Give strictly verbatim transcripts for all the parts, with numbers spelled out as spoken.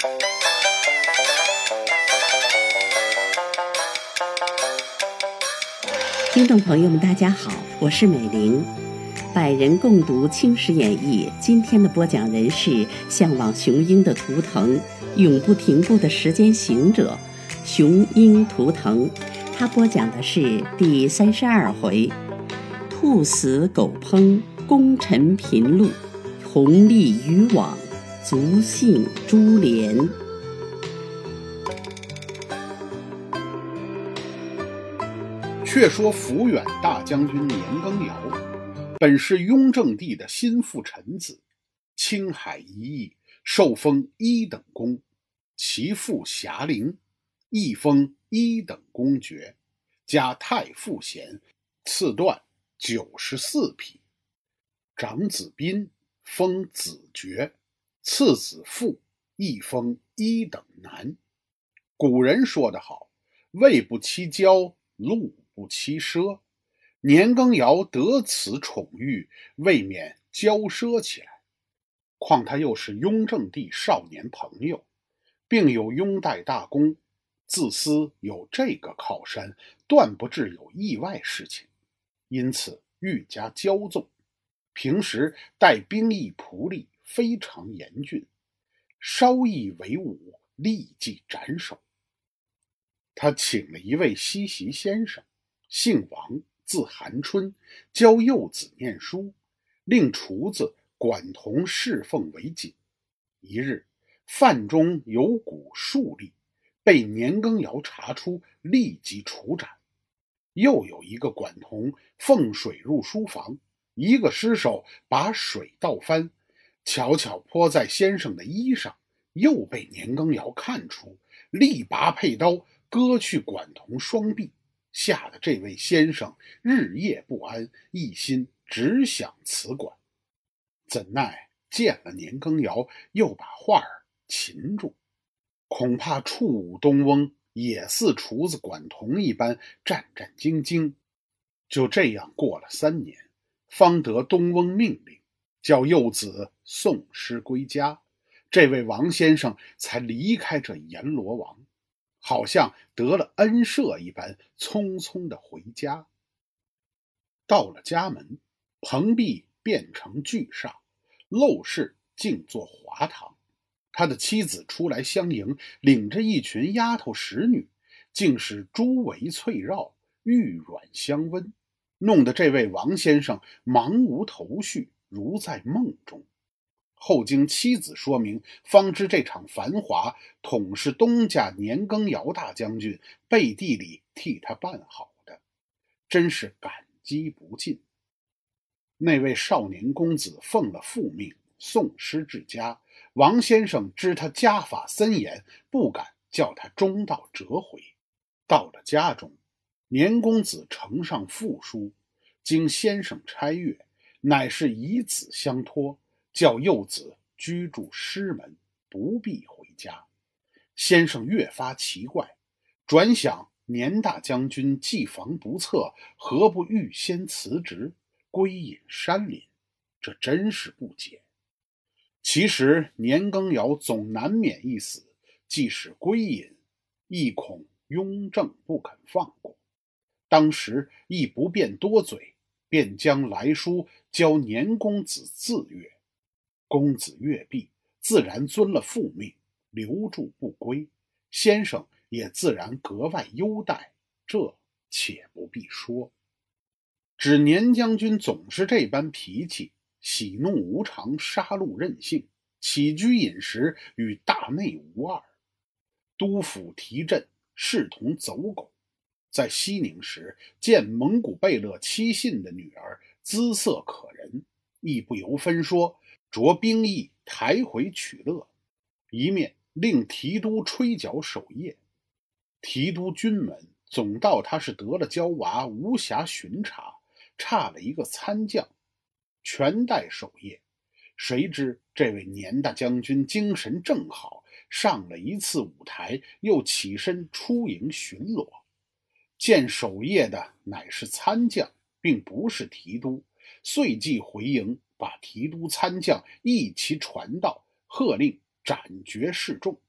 听众朋友们大家好，我是美玲，百人共读青史演义。今天的播讲人是向往雄鹰的图腾，永不停步的时间行者雄鹰图腾。他播讲的是第三十二回，兔死狗烹，功臣贫禄，红利渔网，族姓株连。 却说抚远大将军年羹尧，本是雍正帝的心腹臣子，青海一役，受封一等公，其父霞陵，亦封一等公爵，加太傅衔，赐断九十四匹。长子彬封子爵，次子富亦封一等男。古人说得好，位不欺骄，禄不欺奢。年羹尧得此宠遇，未免骄奢起来。况他又是雍正帝少年朋友，并有拥戴大功，自私有这个靠山，断不致有意外事情，因此愈加骄纵。平时待兵役仆隶非常严峻，稍一违武，立即斩首。他请了一位西席先生，姓王，字寒春，教幼子念书，令厨子管同侍奉为谨。一日，饭中有股数粒，被年羹尧查出，立即处斩。又有一个管童奉水入书房，一个尸首把水倒翻，巧巧泼在先生的衣上，又被年羹尧看出，力拔佩刀割去管童双臂，吓得这位先生日夜不安，一心只想辞管。怎奈见了年羹尧，又把话儿擒住，恐怕触舞东翁，也似厨子管童一般战战兢兢。就这样过了三年，方得东翁命令，叫幼子送尸归家。这位王先生才离开这阎罗王，好像得了恩赦一般，匆匆地回家。到了家门，蓬壁变成巨厦，陋室竟作华堂。他的妻子出来相迎，领着一群丫头使女，竟是珠围翠绕，玉软香温，弄得这位王先生茫无头绪，如在梦中。后经妻子说明，方知这场繁华统是东家年羹尧大将军背地里替他办好的，真是感激不尽。那位少年公子奉了父命，送尸至家。王先生知他家法森严，不敢叫他中道折回。到了家中，年公子呈上父书，经先生拆阅，乃是以子相托，叫幼子居住师门，不必回家。先生越发奇怪，转想年大将军既防不测，何不预先辞职，归隐山林？这真是不解。其实年羹尧总难免一死，即使归隐，亦恐雍正不肯放过。当时亦不便多嘴，便将来书交年公子自阅。公子阅毕，自然遵了父命，留住不归。先生也自然格外优待，这且不必说。只年将军总是这般脾气，喜怒无常，杀戮任性，起居饮食与大内无二。督府提镇，视同走狗。在西宁时，见蒙古贝勒戚信的女儿姿色可人，亦不由分说，着兵役抬回取乐，一面令提督吹角守夜。提督军门总道他是得了娇娃，无暇巡查，差了一个参将，全带守夜。谁知这位年大将军精神正好，上了一次舞台，又起身出营巡逻。见守夜的乃是参将，并不是提督，遂即回营，把提督参将一齐传到，喝令斩决示众。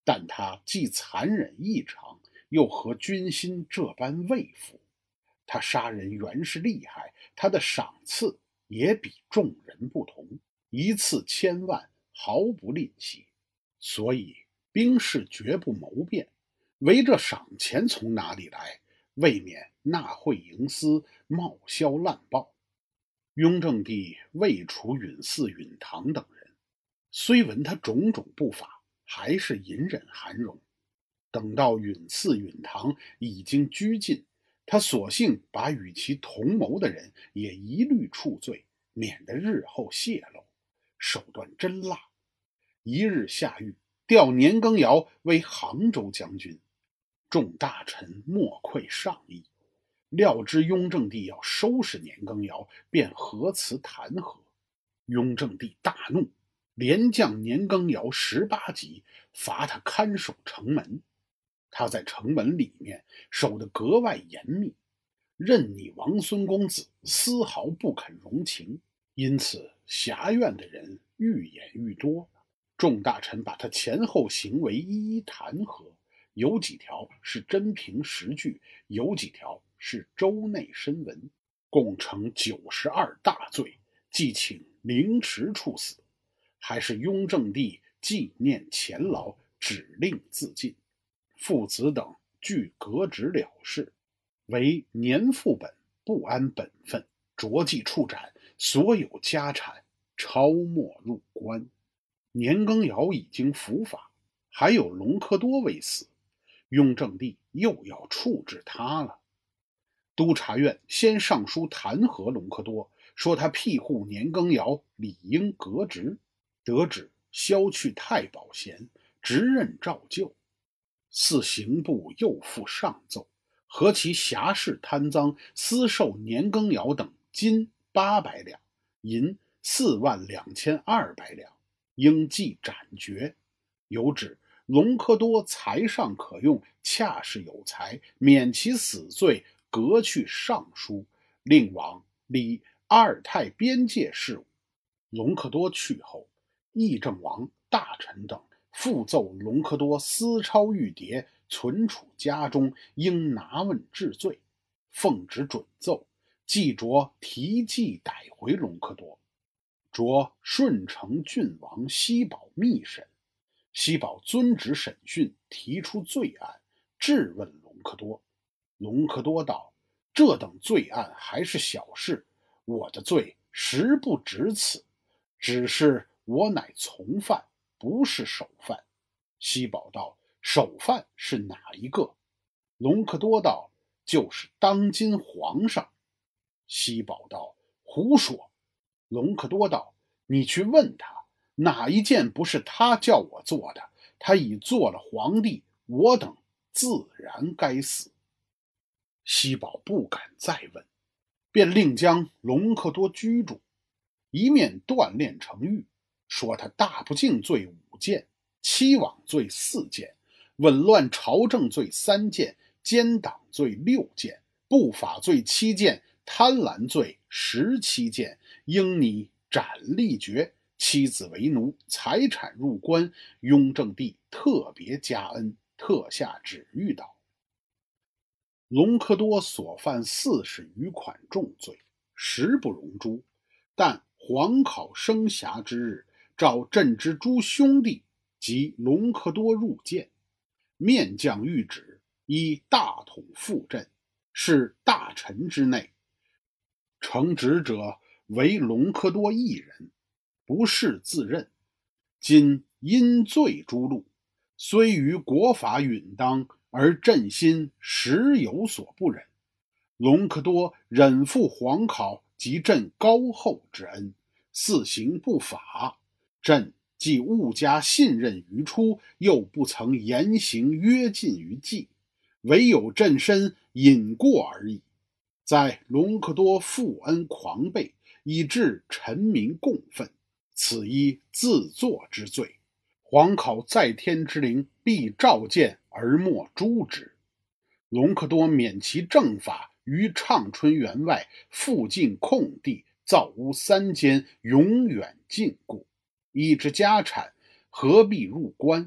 但他既残忍异常，又和君心这般畏服。他杀人原是厉害，他的赏赐也比众人不同，一次千万，毫不吝惜。所以兵士绝不谋辩，唯这赏钱从哪里来，未免纳贿营私，冒销滥报。雍正帝未处允嗣、允堂等人，虽闻他种种不法，还是隐忍含容。等到允嗣、允堂已经拘禁，他索性把与其同谋的人也一律处罪，免得日后泄露。手段真辣。一日下狱，调年羹尧为杭州将军，众大臣莫愧上意。料知雍正帝要收拾年羹尧，便核辞弹劾。雍正帝大怒，连降年羹尧十八级，罚他看守城门。他在城门里面守得格外严密，任你王孙公子丝毫不肯容情，因此辖院的人愈演愈多。众大臣把他前后行为一一弹劾，有几条是真凭实据，有几条是州内申文，共成九十二大罪，即请凌迟处死。还是雍正帝纪念前劳，指令自尽。父子等俱革职了事，为年副本不安本分，着即处斩，所有家产抄没入关。年羹尧已经伏法，还有隆科多未死，雍正帝又要处置他了。督察院先上书弹劾隆科多，说他庇护年羹尧，理应革职，得旨削去太保衔，直任照旧。四刑部又复上奏，何其辖事贪赃，私授年羹尧等金八百两，银四万两千二百两，应即斩决。有旨隆科多才上可用，恰是有才，免其死罪，革去尚书，令往理二太边界事务。隆科多去后，议政王、大臣等复奏隆科多私抄玉牒，存储家中，应拿问治罪。奉旨准奏，即着提记逮回隆科多，着顺承郡王西宝密审。西宝遵旨审讯，提出罪案，质问隆科多。隆科多道：这等罪案还是小事，我的罪实不止此，只是我乃从犯，不是首犯。西宝道：首犯是哪一个？隆科多道：就是当今皇上。西宝道：胡说。隆科多道：你去问他，哪一件不是他叫我做的？他已做了皇帝，我等自然该死。西宝不敢再问，便令将隆科多居住，一面锻炼成狱，说他大不敬罪五件，欺罔罪四件，紊乱朝政罪三件，奸党罪六件，不法罪七件，贪婪罪十七件，应你斩立决，妻子为奴，财产入关。雍正帝特别加恩，特下旨谕道：隆科多所犯四十余款重罪，实不容诛，但皇考升遐之日，召朕之诸兄弟及隆科多入见，面降谕旨，依大统副朕，是大臣之内，承旨者为隆科多一人，不是自任。今因罪诛戮，虽于国法允当，而朕心实有所不忍。隆科多忍负皇考及朕高厚之恩，肆行不法，朕既误加信任于初，又不曾言行约禁于纪，唯有朕身隐过而已。在隆科多负恩狂悖，以致臣民共愤，此一自作之罪。皇考在天之灵，必召见而莫诛之。隆科多免其正法，于畅春园外附近空地造屋三间，永远禁锢。依之家产，何必入关？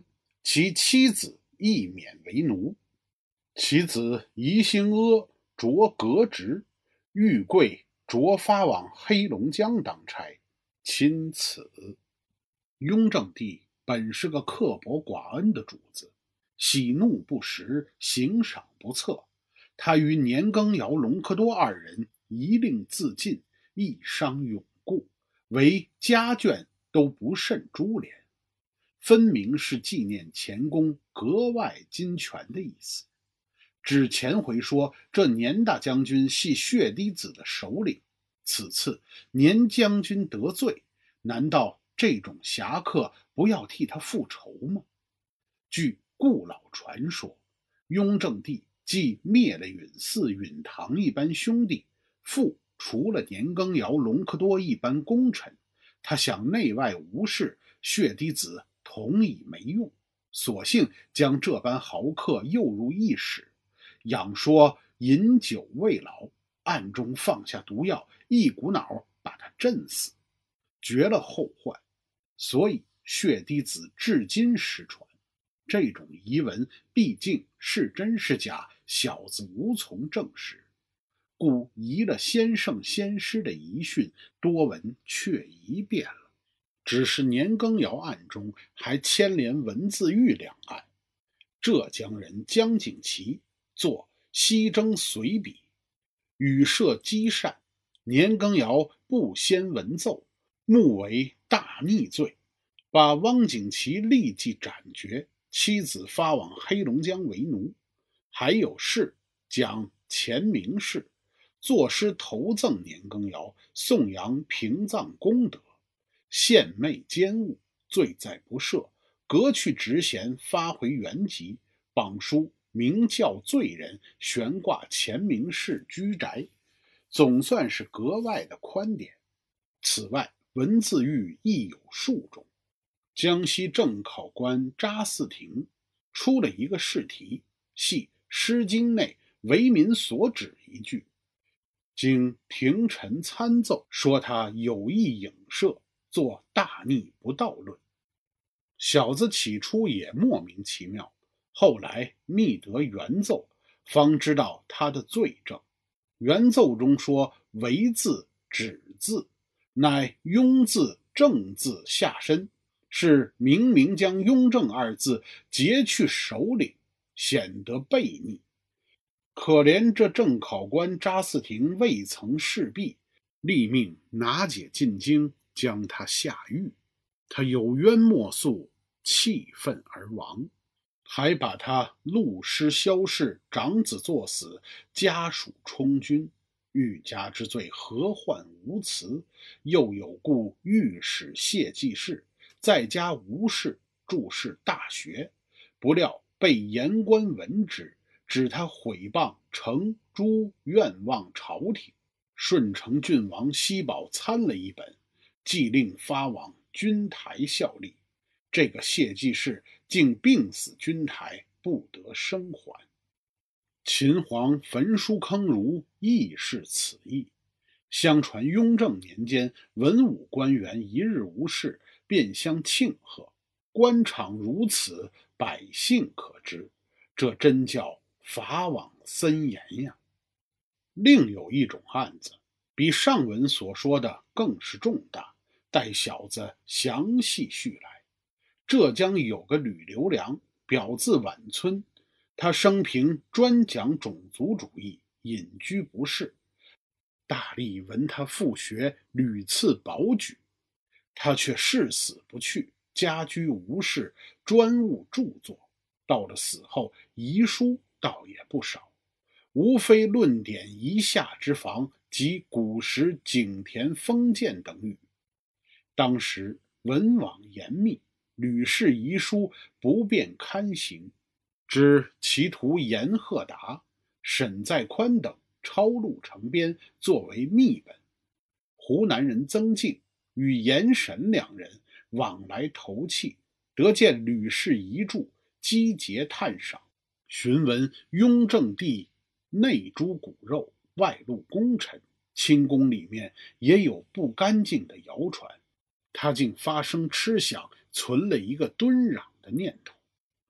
其妻子亦免为奴。其子宜兴阿着革职，玉贵着发往黑龙江当差，钦此。雍正帝本是个刻薄寡恩的主子，喜怒不时，行赏不测。他与年羹尧、隆科多二人一令自尽，一伤永固，唯家眷都不甚株连，分明是纪念前功格外金全的意思。只前回说这年大将军系血滴子的首领，此次年将军得罪，难道这种侠客不要替他复仇吗？据故老传说，雍正帝既灭了允嗣、允堂一般兄弟，复除了年羹尧、隆科多一般功臣，他想内外无事，血滴子同已没用，索性将这般豪客诱入驿使，养说饮酒未老，暗中放下毒药，一股脑把他震死，绝了后患。所以血滴子至今失传，这种遗文毕竟是真是假，小子无从证实，故遗了先圣先师的遗训，多闻却一遍了。只是年羹尧案中还牵连文字狱两案，浙江人江景琦作西征随笔，语设积善，年羹尧不先文奏，目为大逆罪，把汪景琦立即斩决，妻子发往黑龙江为奴。还有事讲前明事，作诗投赠年羹尧，颂扬平藏功德，献媚奸误，罪在不赦，革去职衔，发回原籍，榜书明教罪人，悬挂前明氏居宅，总算是格外的宽典。此外文字狱亦有数种。江西正考官查嗣庭出了一个试题，系《诗经》内为民所指一句，经廷臣参奏，说他有意影射，作大逆不道论。小子起初也莫名其妙，后来密得原奏，方知道他的罪证。原奏中说为字、止字，乃雍字、正字下身，是明明将雍正二字截去首领，显得悖逆。可怜这正考官查嗣庭未曾事毕，立命拿解进京，将他下狱。他有冤莫诉，气愤而亡，还把他戮师萧氏长子作死，家属充军，欲加之罪何患无辞。又有故御史谢济世在家无事，注释大学，不料被言官闻之，指他毁谤成诛愿望朝廷。顺承郡王西宝参了一本，即令发往军台效力。这个谢济世竟病死军台，不得生还。秦皇焚书坑儒亦是此意。相传雍正年间，文武官员一日无事，便相庆贺，官场如此，百姓可知，这真叫法网森严呀。另有一种案子，比上文所说的更是重大，待小子详细叙来。浙江有个吕留良，表字晚村，他生平专讲种族主义，隐居不仕。大力闻他复学，屡次保举，他却誓死不去，家居无事，专务著作。到了死后，遗书倒也不少，无非论点夷夏之防及古时井田封建等语。当时文网严密，吕氏遗书不便刊行，知其徒严鹤达、沈在宽等抄录成编，作为秘本。湖南人曾静与严沈两人往来投契，得见吕氏遗著，积节探赏，询问雍正帝内诛骨肉，外露功臣，清宫里面也有不干净的谣传。他竟发生痴想，存了一个敦壤的念头。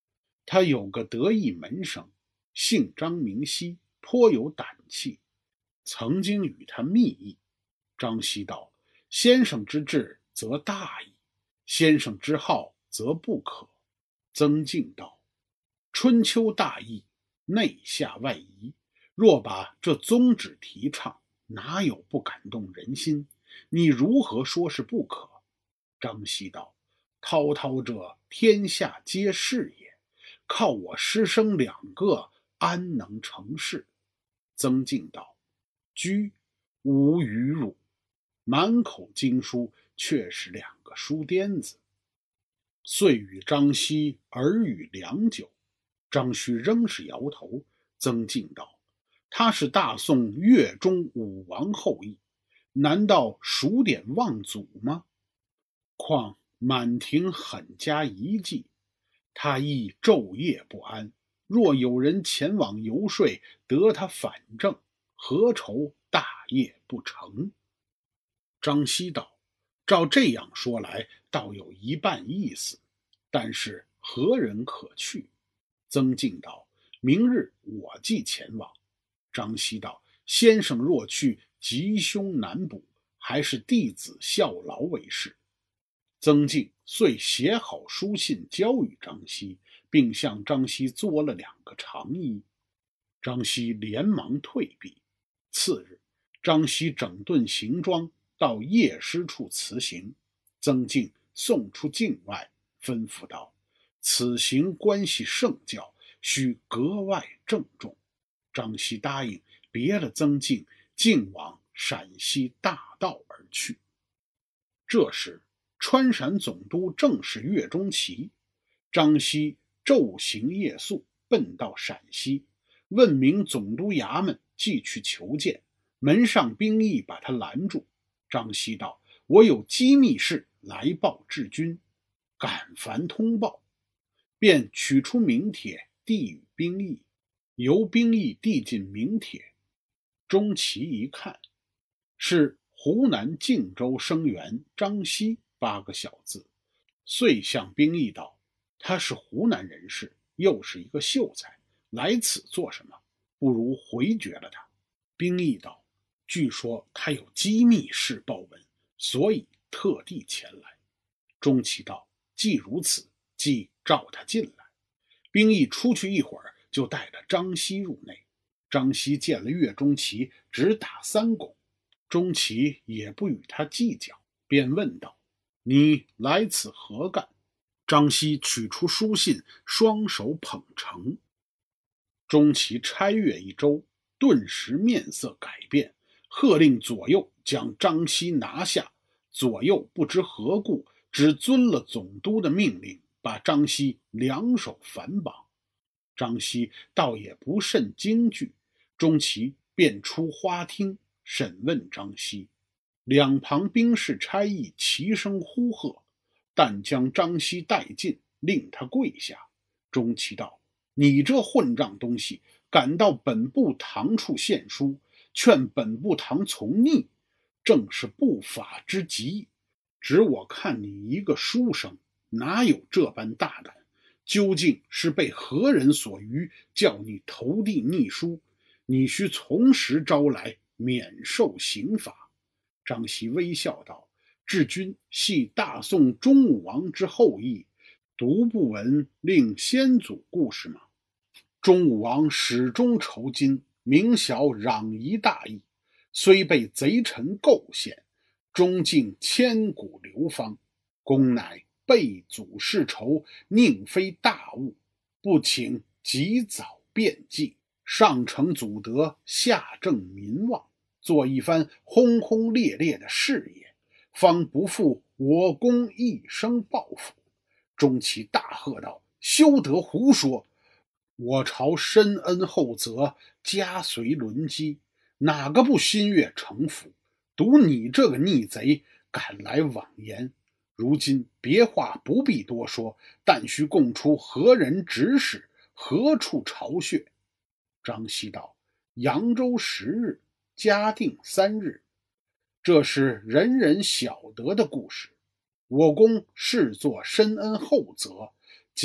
他有个得意门生，姓张名熙，颇有胆气，曾经与他密议。张熙道：先生之志则大矣，先生之好则不可。曾静道：春秋大义，内下外移，若把这宗旨提倡，哪有不感动人心？你如何说是不可？张熙道：滔滔者天下皆是也，靠我师生两个，安能成事？曾静道：居无与汝，满口经书，却是两个书癫子。遂与张熙耳语良久，张须仍是摇头。曾静道：他是大宋岳中武王后裔，难道数典忘祖吗？况满庭狠加一计，他亦昼夜不安，若有人前往游说，得他反正，何愁大业不成？张熙道：照这样说来，倒有一半意思，但是何人可去？曾静道：明日我即前往。张熙道：先生若去，吉凶难卜，还是弟子效劳为是。曾静遂写好书信交与张熙，并向张熙作了两个长揖。张熙连忙退避。次日，张熙整顿行装，到夜师处辞行。曾静送出境外，吩咐道：此行关系圣教，须格外郑重。张熙答应，别了曾静，径往陕西大道而去。这时川陕总督正是岳钟琪，张熙昼行夜宿，奔到陕西，问明总督衙门，即去求见。门上兵役把他拦住。张熙道：我有机密事来报治军，敢烦通报。便取出名帖递与兵役，由兵役递进名帖。钟琪一看，是湖南靖州生员张熙八个小字，遂向兵役道：他是湖南人士，又是一个秀才，来此做什么？不如回绝了他。兵役道：据说他有机密事报闻，所以特地前来。钟琪道：既如此，即召他进来。兵役出去一会儿，就带着张熙入内。张熙见了岳钟琪，只打三拱。钟琪也不与他计较，便问道：你来此何干？张熙取出书信，双手捧成。钟琪拆阅一周，顿时面色改变，喝令左右将张熙拿下。左右不知何故，只遵了总督的命令，把张熙两手反绑。张熙倒也不甚惊惧，钟琪便出花厅审问张熙。两旁兵士差役齐声呼喝，但将张熙带进，令他跪下。钟琪道：你这混账东西，敢到本部堂处献书，劝本部堂从逆，正是不法之极。只我看你一个书生，哪有这般大胆？究竟是被何人所愚，叫你投递逆书？你须从实招来，免受刑罚。张熙微笑道：治军系大宋中武王之后裔，独不闻令先祖故事吗？中武王始终酬金，明晓攘夷大义，虽被贼臣构陷，终竟千古流芳。公乃背祖世仇，宁非大误，不请及早变计，上承祖德，下正民望，做一番轰轰烈烈的事业，方不负我公一生抱负。钟琪大喝道：休得胡说！我朝深恩厚泽，家随轮机，哪个不心悦诚服？独你这个逆贼，敢来妄言！如今别话不必多说，但须供出何人指使，何处巢穴。张熙道：扬州十日，嘉定三日，这是人人晓得的故事。我公视作深恩厚泽，今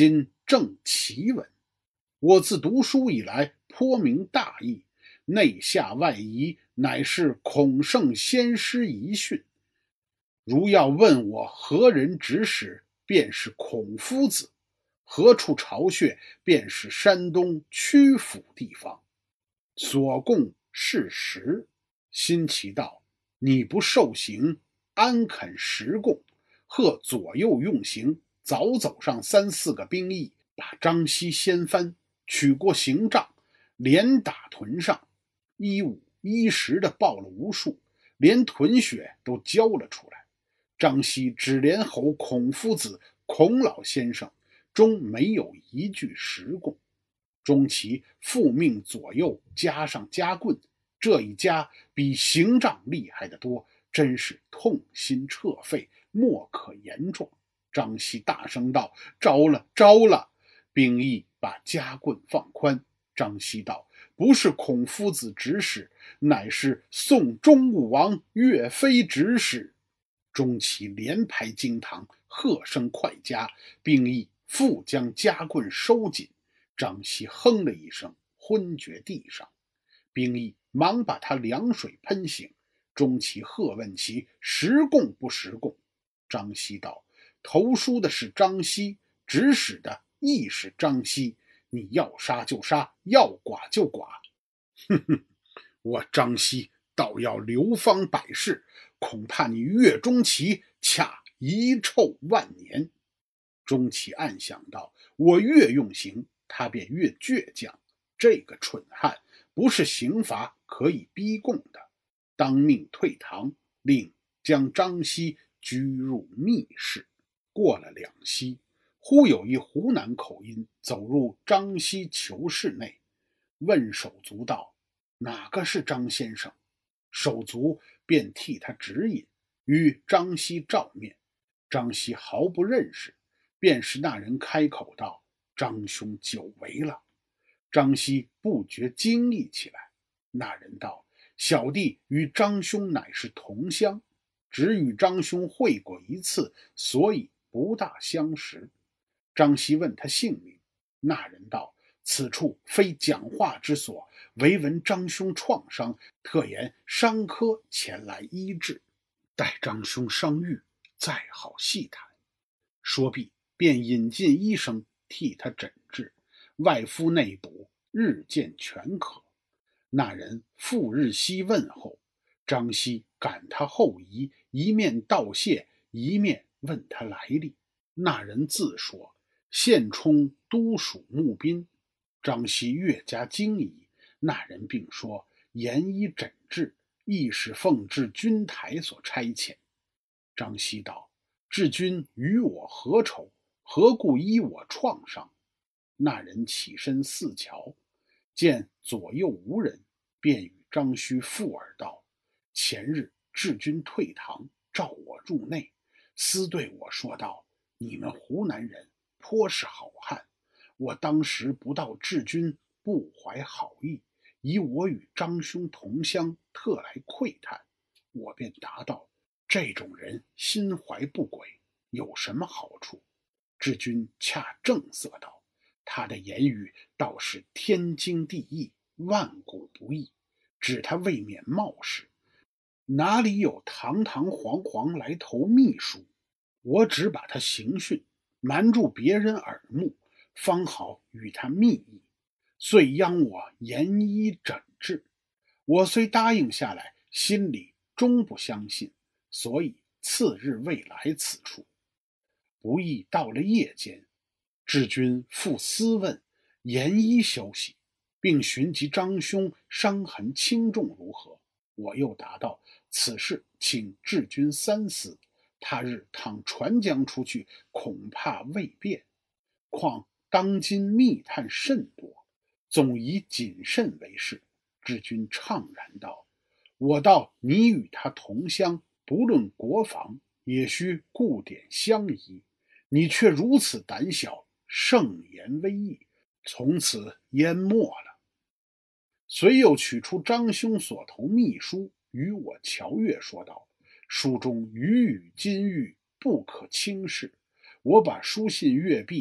正奇文。我自读书以来，颇明大义，内下外移，乃是孔圣先师遗训。如要问我何人指使，便是孔夫子；何处巢穴，便是山东曲阜地方。所供是实。辛弃道：你不受刑，安肯实供？贺左右用刑，早走上三四个兵役，把张熙掀翻，取过刑杖，连打臀上，一五一十的报了无数，连臀血都交了出来。张熙只连吼孔夫子、孔老先生，终没有一句实供。钟其复命左右加上夹棍，这一加比刑杖厉害得多，真是痛心彻肺，莫可言状。张熙大声道：招了，招了！兵役把夹棍放宽。张熙道：不是孔夫子指使，乃是宋忠武王岳飞指使。钟其连拍惊堂，喝声快加，兵役复将夹棍收紧。张熙哼了一声，昏厥地上。兵役忙把他凉水喷醒。钟其喝问其实供不实供。张熙道：投书的是张熙，指使的亦是张熙，你要杀就杀，要剐就剐。哼哼，我张熙倒要流芳百世，恐怕你岳钟琪恰遗臭万年。钟琪暗想道：我越用刑，他便越倔强，这个蠢汉不是刑罚可以逼供的。当命退堂，令将张熙拘入密室。过了两夕，忽有一湖南口音走入张熙囚室内，问手足道：哪个是张先生？手足便替他指引，与张熙照面。张熙毫不认识，便是那人开口道：张兄久违了。张熙不觉惊异起来。那人道：小弟与张兄乃是同乡，只与张兄会过一次，所以不大相识。张熙问他姓名，那人道：此处非讲话之所，唯闻张兄创伤，特言伤科前来医治，待张兄伤愈，再好细谈。说毕，便引进医生替他诊治，外敷内补，日渐全可。那人复日夕问候，张熙赶他后移，一面道谢，一面问他来历。那人自说现充都署募兵。张熙越加惊疑，那人并说言医诊治，亦是奉至军台所差遣。张熙道：至君与我何仇？何故医我创伤？那人起身四瞧，见左右无人，便与张须附耳道：前日至君退堂，召我入内，私对我说道：你们湖南人颇是好汉，我当时不到至君不怀好意，以我与张兄同乡，特来窥探。我便答道：这种人心怀不轨，有什么好处？至君恰正色道：他的言语倒是天经地义，万古不易，只他未免冒失，哪里有堂堂皇皇来投秘书？我只把他刑讯，瞒住别人耳目，方好与他密议，遂央我严医诊治。我虽答应下来，心里终不相信，所以次日未来此处。不意到了夜间，至君复私问严医消息，并寻及张兄伤痕轻重如何。我又答道：此事请至君三思，他日倘传将出去，恐怕未便。况当今密探甚多，总以谨慎为是。至君怅然道：我道你与他同乡，不论国防，也须顾点乡谊，你却如此胆小，盛言威义，从此淹没了。遂又取出张兄所投密书，与我瞧阅，说道：书中语语金玉，不可轻视。我把书信阅毕，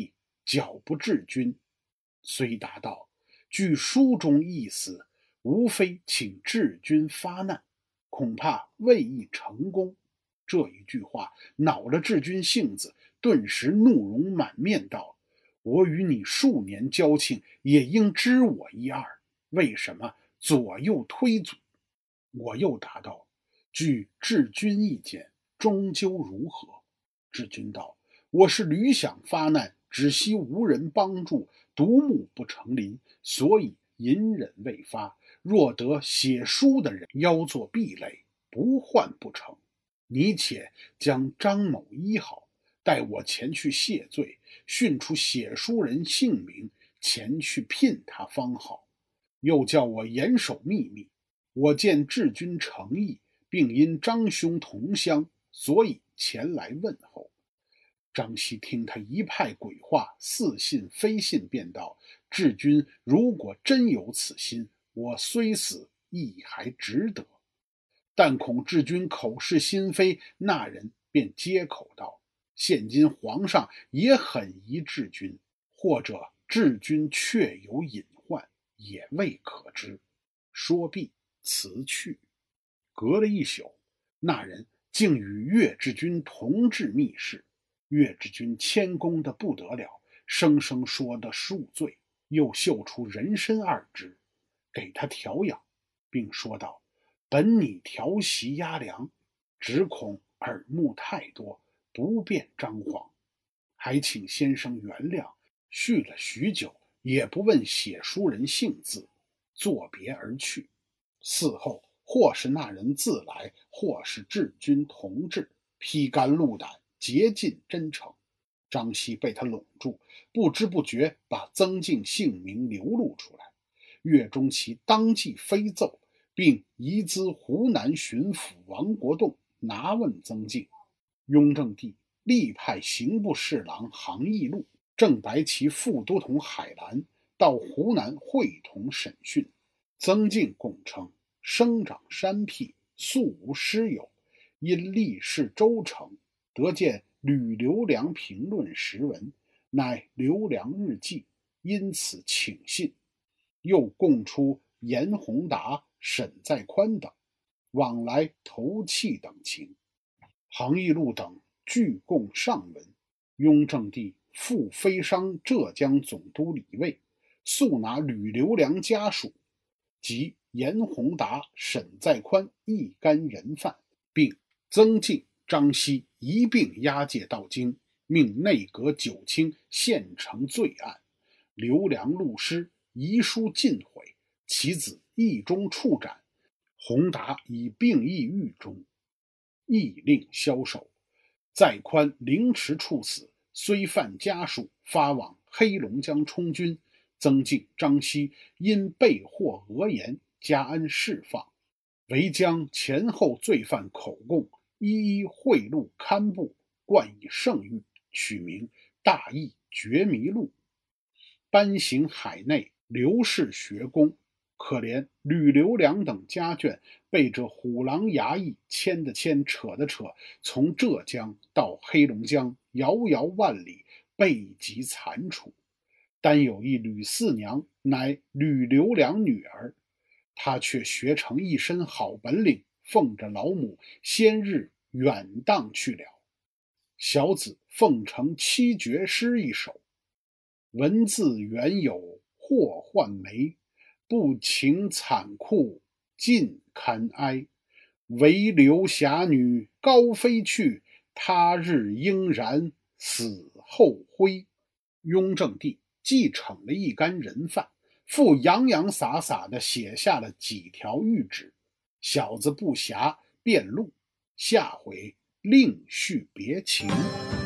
剿不治军。遂答道：据书中意思，无非请治军发难，恐怕未易成功。这一句话恼了治军性子，顿时怒容满面道：我与你数年交情，也应知我一二，为什么左右推阻？我又答道：据治军意见，终究如何？治军道：我是屡想发难，只惜无人帮助，独木不成林，所以隐忍未发。若得写书的人邀作壁垒，不换不成。你且将张某医好，待我前去谢罪，讯出写书人姓名，前去聘他方好。又叫我严守秘密。我见治军诚意，并因张兄同乡，所以前来问候。张熙听他一派鬼话，似信非信，便道：治军如果真有此心，我虽死亦还值得。但恐治军口是心非，那人便接口道：现今皇上也很疑治军，或者治军确有隐患，也未可知。说毕辞去。隔了一宿，那人竟与岳志军同至密室。岳志军谦恭得不得了，生生说得恕罪，又嗅出人参二支，给他调养，并说道：本拟调息压凉，只恐耳目太多，不便张皇，还请先生原谅。续了许久，也不问写书人姓字，作别而去。嗣后或是那人自来，或是治军同至，披肝露胆，竭尽真诚。张熙被他拢住，不知不觉把曾静姓名流露出来。岳钟琪当即飞奏，并移资湖南巡抚王国栋拿问曾静。雍正帝立派刑部侍郎杭义禄、正白旗副都统海兰到湖南会同审讯。曾静供称，生长山僻，素无师友，因历仕州城，得见吕留良评论时文，乃留良日记，因此请信。又供出严宏达、沈在宽等往来投契等情。杭义禄等俱供上文。雍正帝复飞商浙江总督李卫，速拿吕留良家属及严宏达、沈在宽一干人犯，并曾静、张熙一并押解到京，命内阁九卿现成罪案。刘良戮尸，遗书尽毁，其子义中处斩，宏达已病役狱中，亦令枭首。在宽凌迟处死，虽犯家属，发往黑龙江充军。曾静、张熙因被获讹言，加恩释放，唯将前后罪犯口供一一汇录刊布，冠以圣谕，取名《大义觉迷录》，颁行海内刘氏学宫。可怜吕留良等家眷被这虎狼衙役牵的牵，扯的扯，从浙江到黑龙江，遥遥万里，备极残处。单有一吕四娘，乃吕留良女儿，她却学成一身好本领，奉着老母先日远荡去了。小子奉承七绝诗一首：文字原有祸患眉，不情惨酷尽堪哀。唯留侠女高飞去，他日应然死后灰。雍正帝既惩了一干人犯，复洋洋洒洒地写下了几条谕旨。小子不暇便录，下回另续别情。